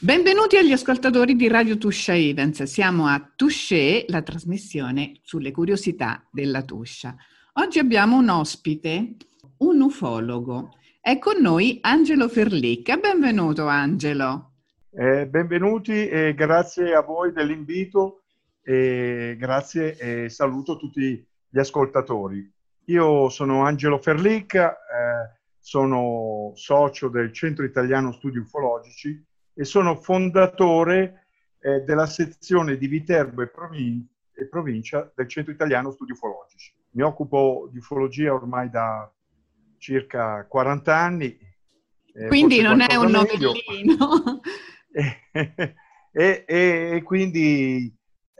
Benvenuti agli ascoltatori di Radio Tuscia Events. Siamo a Touché, la trasmissione sulle curiosità della Tuscia. Oggi abbiamo un ospite, un ufologo. È con noi Angelo Ferlicca. Benvenuto Angelo. Benvenuti e grazie a voi dell'invito e grazie e saluto tutti gli ascoltatori. Io sono Angelo Ferlicca, sono socio del Centro Italiano Studi Ufologici e sono fondatore della sezione di Viterbo e provincia del Centro Italiano Studi Ufologici. Mi occupo di ufologia ormai da circa 40 anni, Quindi forse non è qualcosa un meglio. novellino. E quindi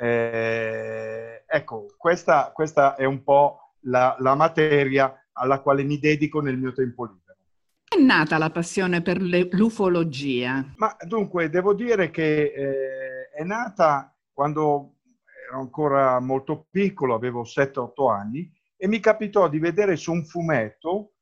ecco, questa è un po' la materia alla quale mi dedico nel mio tempo libero. È nata la passione per l'ufologia? Ma dunque, devo dire che è nata quando ero ancora molto piccolo, avevo 7-8 anni, e mi capitò di vedere su un fumetto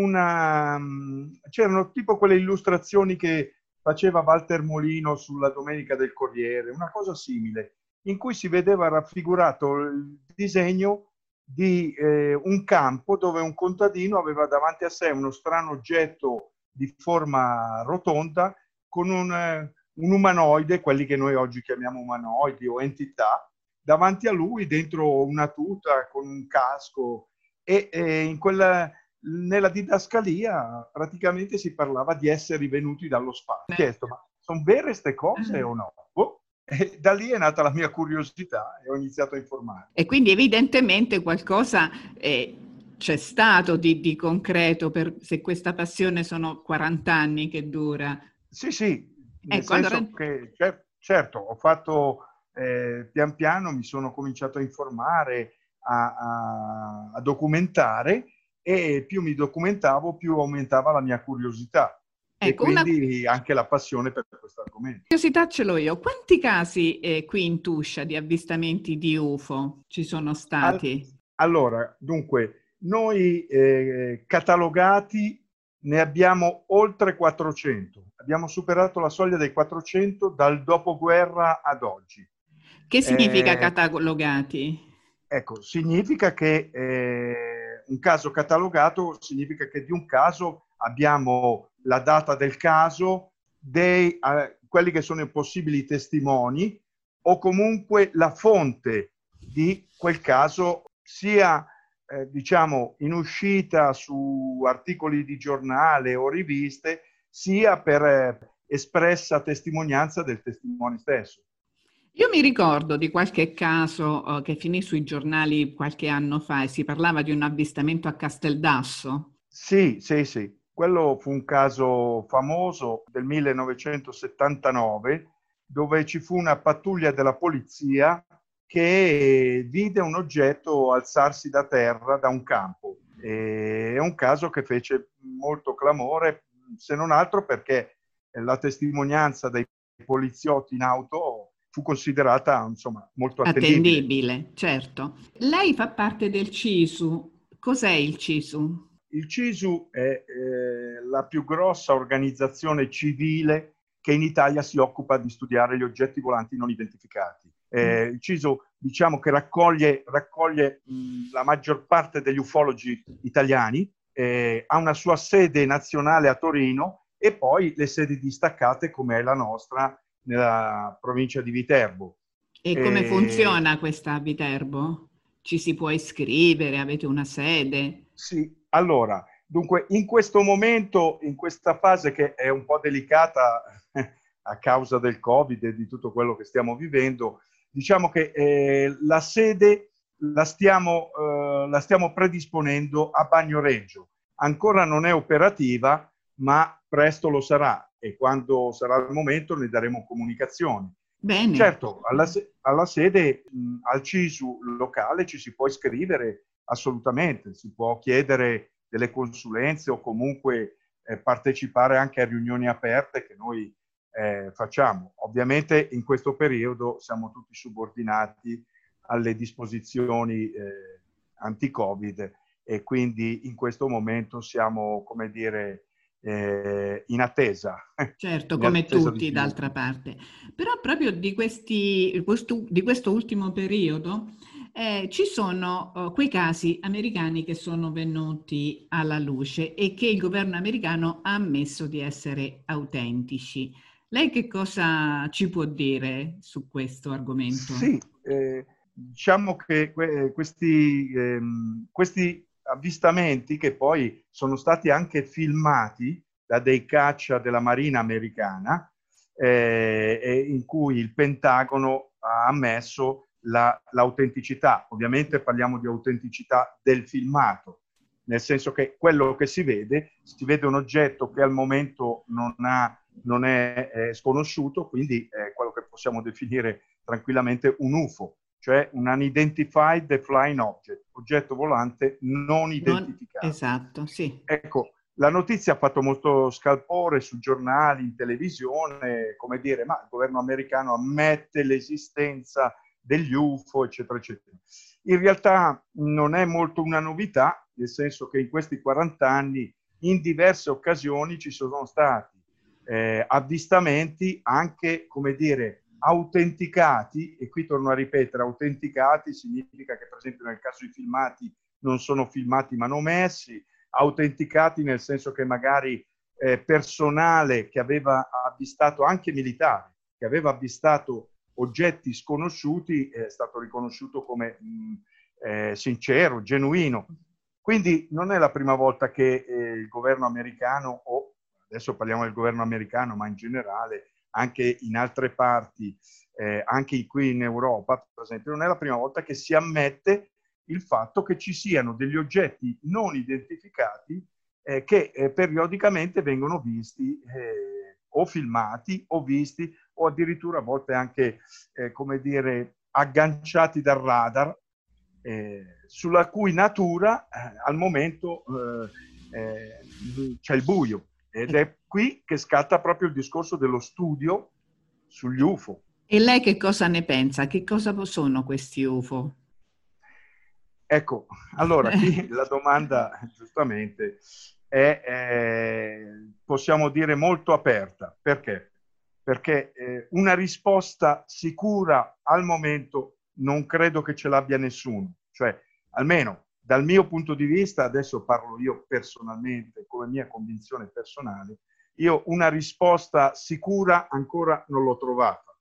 c'erano tipo quelle illustrazioni che faceva Walter Molino sulla Domenica del Corriere, una cosa simile, in cui si vedeva raffigurato il disegno di un campo dove un contadino aveva davanti a sé uno strano oggetto di forma rotonda con un umanoide, quelli che noi oggi chiamiamo umanoidi o entità, davanti a lui dentro una tuta con un casco e nella didascalia praticamente si parlava di esseri venuti dallo spazio. Ho chiesto, ma sono vere queste cose o no? E da lì è nata la mia curiosità e ho iniziato a informare. E quindi evidentemente qualcosa c'è stato di concreto se questa passione sono 40 anni che dura. Sì, sì, nel Ecco, allora, senso che certo, ho fatto pian piano, mi sono cominciato a informare, a documentare, e più mi documentavo, più aumentava la mia curiosità e ecco, una quindi anche la passione per questo argomento. curiosità ce l'ho io. Quanti casi qui in Tuscia di avvistamenti di UFO ci sono Al- stati? allora, dunque, noi catalogati ne abbiamo oltre 400. Abbiamo superato la soglia dei 400 dal dopoguerra ad oggi. Che significa Eh, catalogati? ecco, significa che un caso catalogato significa che di un caso abbiamo la data del caso, quelli che sono i possibili testimoni o comunque la fonte di quel caso, sia diciamo in uscita su articoli di giornale o riviste, sia per espressa testimonianza del testimone stesso. Io mi ricordo di qualche caso che finì sui giornali qualche anno fa e si parlava di un avvistamento a Casteldasso. Sì, sì, sì. Quello fu un caso famoso del 1979 dove ci fu una pattuglia della polizia che vide un oggetto alzarsi da terra da un campo. È un caso che fece molto clamore, se non altro perché la testimonianza dei poliziotti in auto fu considerata, insomma, molto attendibile. Attendibile, certo. Lei fa parte del CISU. Cos'è il CISU? Il CISU è la più grossa organizzazione civile che in Italia si occupa di studiare gli oggetti volanti non identificati. Il CISU, diciamo che raccoglie la maggior parte degli ufologi italiani, ha una sua sede nazionale a Torino e poi le sedi distaccate come è la nostra nella provincia di Viterbo. E come Eh, funziona questa a Viterbo? Ci si può iscrivere? Avete una sede? Sì, allora, dunque, in questo momento, in questa fase che è un po' delicata a causa del Covid e di tutto quello che stiamo vivendo, diciamo che la sede la stiamo predisponendo a Bagnoregio. Ancora non è operativa, ma presto lo sarà e quando sarà il momento ne daremo comunicazioni. Bene. Certo, alla sede, al CISU locale ci si può iscrivere assolutamente, si può chiedere delle consulenze o comunque partecipare anche a riunioni aperte che noi facciamo. Ovviamente in questo periodo siamo tutti subordinati alle disposizioni anti-Covid e quindi in questo momento siamo, come dire, in attesa. Certo, In come attesa di tutti sviluppo. d'altra parte. Però proprio di questo ultimo periodo ci sono quei casi americani che sono venuti alla luce e che il governo americano ha ammesso di essere autentici. Lei che cosa ci può dire su questo argomento? Sì, diciamo che questi avvistamenti, che poi sono stati anche filmati da dei caccia della Marina americana, in cui il Pentagono ha ammesso l'autenticità. Ovviamente parliamo di autenticità del filmato, nel senso che quello che si vede un oggetto che al momento non è sconosciuto, quindi è quello che possiamo definire tranquillamente un UFO, cioè un Unidentified Flying Object, oggetto volante non identificato. Esatto, sì. Ecco, la notizia ha fatto molto scalpore su giornali, in televisione, come dire, ma il governo americano ammette l'esistenza degli UFO, eccetera, eccetera. In realtà non è molto una novità, nel senso che in questi 40 anni, in diverse occasioni, ci sono stati avvistamenti anche, come dire, autenticati, e qui torno a ripetere, autenticati significa che per esempio nel caso di filmati non sono filmati manomessi, autenticati nel senso che magari personale che aveva avvistato, anche militare, che aveva avvistato oggetti sconosciuti, è stato riconosciuto come sincero, genuino. Quindi non è la prima volta che il governo americano, o adesso parliamo del governo americano, ma in generale anche in altre parti, anche qui in Europa, per esempio, non è la prima volta che si ammette il fatto che ci siano degli oggetti non identificati che periodicamente vengono visti o filmati o visti o addirittura a volte anche, come dire, agganciati dal radar, sulla cui natura al momento c'è il buio. Ed è qui che scatta proprio il discorso dello studio sugli UFO. E lei che cosa ne pensa? Che cosa sono questi UFO? Ecco, allora qui la domanda giustamente è, possiamo dire, molto aperta. Perché? Perché una risposta sicura al momento non credo che ce l'abbia nessuno. Cioè, almeno dal mio punto di vista, adesso parlo io personalmente, come mia convinzione personale, io una risposta sicura ancora non l'ho trovata.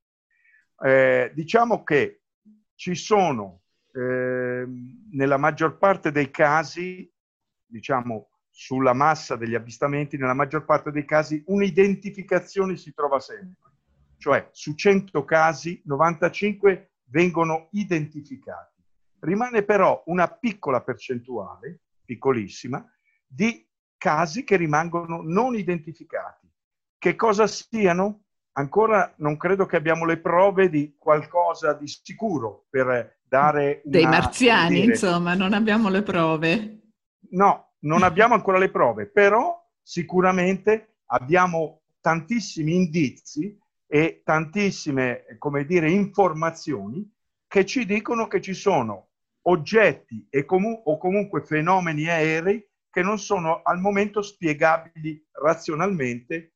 Diciamo che ci sono nella maggior parte dei casi, diciamo sulla massa degli avvistamenti, nella maggior parte dei casi un'identificazione si trova sempre. Cioè su 100 casi 95 vengono identificati. Rimane però una piccola percentuale, piccolissima, di casi che rimangono non identificati. Che cosa siano? Ancora non credo che abbiamo le prove di qualcosa di sicuro per dare Dei una, come marziani, dire, insomma, non abbiamo le prove. no, non abbiamo ancora le prove, però sicuramente abbiamo tantissimi indizi e tantissime, come dire, informazioni che ci dicono che ci sono oggetti o comunque fenomeni aerei che non sono al momento spiegabili razionalmente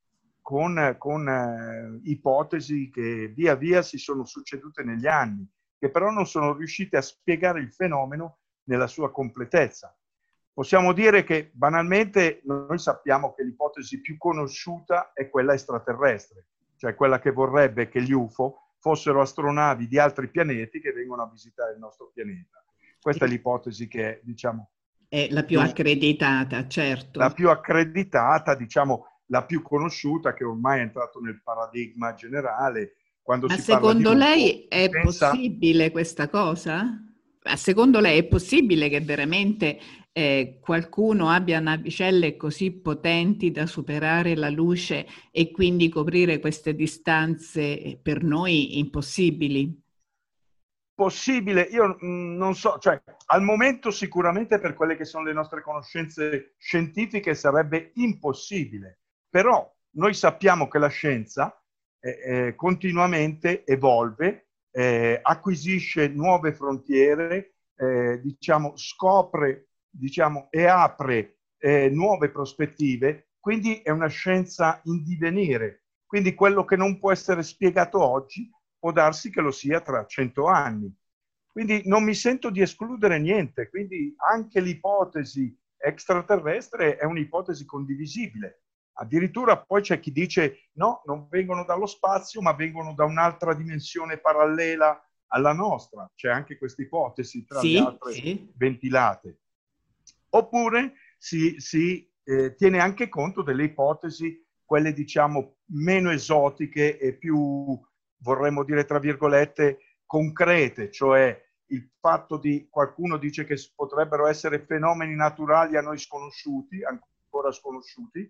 con ipotesi che via via si sono succedute negli anni, che però non sono riuscite a spiegare il fenomeno nella sua completezza. Possiamo dire che banalmente noi sappiamo che l'ipotesi più conosciuta è quella extraterrestre, cioè quella che vorrebbe che gli UFO fossero astronavi di altri pianeti che vengono a visitare il nostro pianeta. Questa è l'ipotesi che è, diciamo, È la più accreditata, certo. la più accreditata, diciamo, la più conosciuta, che ormai è entrato nel paradigma generale. Quando Ma si parla di secondo UFO, lei si è pensa. possibile questa cosa? Ma secondo lei è possibile che veramente qualcuno abbia navicelle così potenti da superare la luce e quindi coprire queste distanze per noi impossibili? Possibile, io non so, cioè al momento sicuramente per quelle che sono le nostre conoscenze scientifiche sarebbe impossibile, però noi sappiamo che la scienza continuamente evolve, acquisisce nuove frontiere, diciamo, scopre, diciamo, e apre nuove prospettive quindi è una scienza in divenire. Quindi quello che non può essere spiegato oggi può darsi che lo sia tra 100 anni. Quindi non mi sento di escludere niente, quindi anche l'ipotesi extraterrestre è un'ipotesi condivisibile. Addirittura poi c'è chi dice no, non vengono dallo spazio, ma vengono da un'altra dimensione parallela alla nostra. C'è anche questa ipotesi tra le Sì, altre sì. ventilate. Oppure si tiene anche conto delle ipotesi, quelle diciamo meno esotiche e più, vorremmo dire tra virgolette, concrete, cioè il fatto di qualcuno dice che potrebbero essere fenomeni naturali a noi sconosciuti, ancora sconosciuti,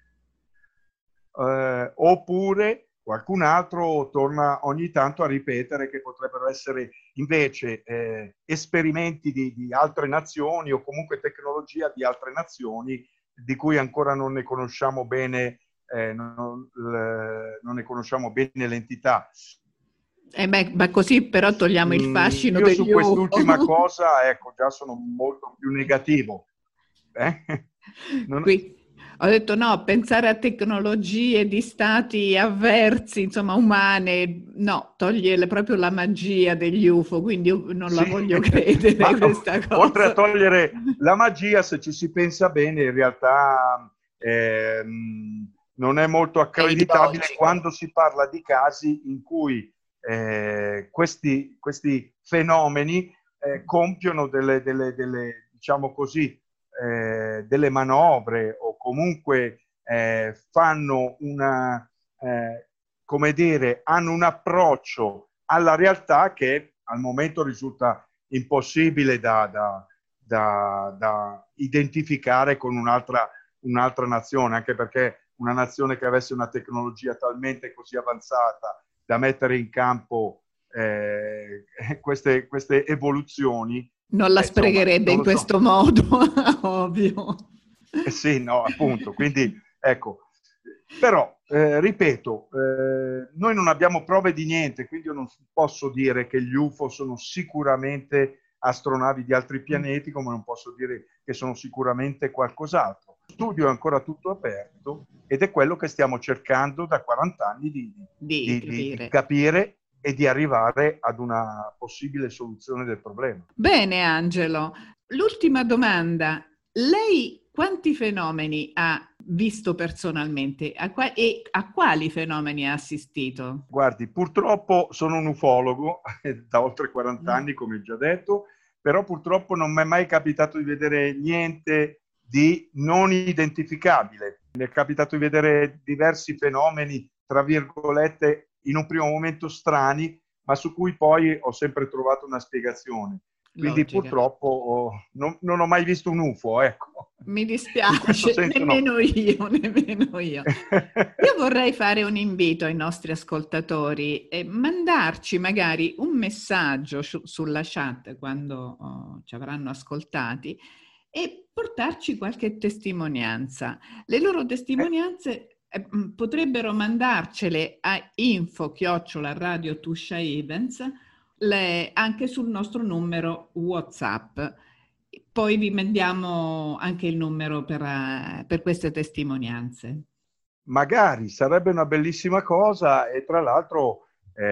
oppure qualcun altro torna ogni tanto a ripetere che potrebbero essere invece esperimenti di altre nazioni o comunque tecnologia di altre nazioni di cui ancora non ne conosciamo bene, non ne conosciamo bene l'entità. Ma così però togliamo il fascino Io su degli quest'ultima UFO. cosa, ecco, già sono molto più negativo. Non... Qui ho detto no, pensare a tecnologie di stati avversi, insomma umane, no, toglie proprio la magia degli UFO, quindi io non la Sì, voglio credere ma questa oltre a cosa. togliere la magia, se ci si pensa bene, in realtà non è molto È accreditabile illogico. quando si parla di casi in cui questi fenomeni compiono diciamo così, delle manovre o comunque fanno come dire, hanno un approccio alla realtà che al momento risulta impossibile da identificare con un'altra nazione, anche perché una nazione che avesse una tecnologia talmente così avanzata da mettere in campo queste evoluzioni, Non la insomma, spregherebbe non in lo so. questo modo, ovvio. Sì, no, appunto, quindi ecco, però ripeto, noi non abbiamo prove di niente, quindi io non posso dire che gli UFO sono sicuramente astronavi di altri pianeti, come non posso dire che sono sicuramente qualcos'altro. Lo studio è ancora tutto aperto ed è quello che stiamo cercando da 40 anni Di di capire. capire e di arrivare ad una possibile soluzione del problema. Bene, Angelo. L'ultima domanda. Lei quanti fenomeni ha visto personalmente e a quali fenomeni ha assistito? Guardi, purtroppo sono un ufologo da oltre 40 Mm. anni, come già detto, però purtroppo non mi è mai capitato di vedere niente di non identificabile. Mi è capitato di vedere diversi fenomeni, tra virgolette, in un primo momento strani, ma su cui poi ho sempre trovato una spiegazione. Quindi Logica. purtroppo non ho mai visto un UFO, ecco. Mi In questo dispiace, senso no. nemmeno io, nemmeno io. Io vorrei fare un invito ai nostri ascoltatori e mandarci magari un messaggio sulla chat quando ci avranno ascoltati e portarci qualche testimonianza. Le loro testimonianze potrebbero mandarcele a info@Radio Tuscia Events anche sul nostro numero WhatsApp. Poi vi mandiamo anche il numero per queste testimonianze. Magari sarebbe una bellissima cosa e tra l'altro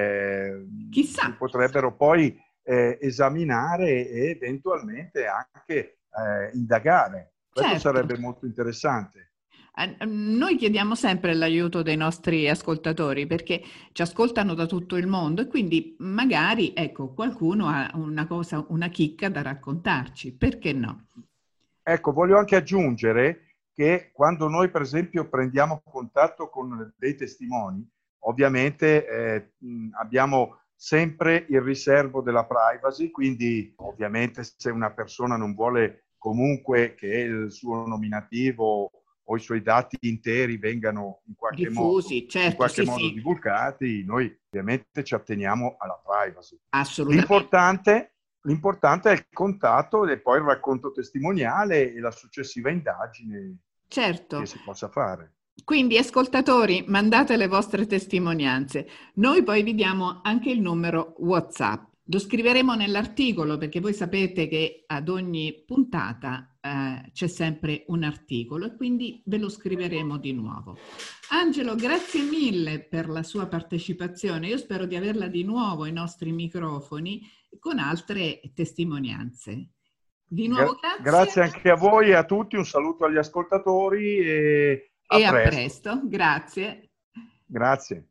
si Chissà, potrebbero poi esaminare e eventualmente anche indagare. Questo certo. sarebbe molto interessante. Noi chiediamo sempre l'aiuto dei nostri ascoltatori perché ci ascoltano da tutto il mondo e quindi magari, ecco, qualcuno ha una cosa, una chicca da raccontarci, perché no? Ecco, voglio anche aggiungere che quando noi, per esempio, prendiamo contatto con dei testimoni, ovviamente abbiamo sempre il riservo della privacy, quindi ovviamente se una persona non vuole comunque che il suo nominativo o i suoi dati interi vengano Diffusi, in certo, qualche sì, modo sì, divulgati, noi ovviamente ci atteniamo alla privacy. assolutamente. L'importante è il contatto e poi il racconto testimoniale e la successiva indagine che Certo. si possa fare. Quindi, ascoltatori, mandate le vostre testimonianze. Noi poi vi diamo anche il numero WhatsApp. Lo scriveremo nell'articolo, perché voi sapete che ad ogni puntata c'è sempre un articolo e quindi ve lo scriveremo di nuovo. Angelo, grazie mille per la sua partecipazione. Io spero di averla di nuovo ai nostri microfoni con altre testimonianze. Di nuovo grazie. Grazie anche a voi e a tutti, un saluto agli ascoltatori e a E a presto. presto. Grazie. Grazie.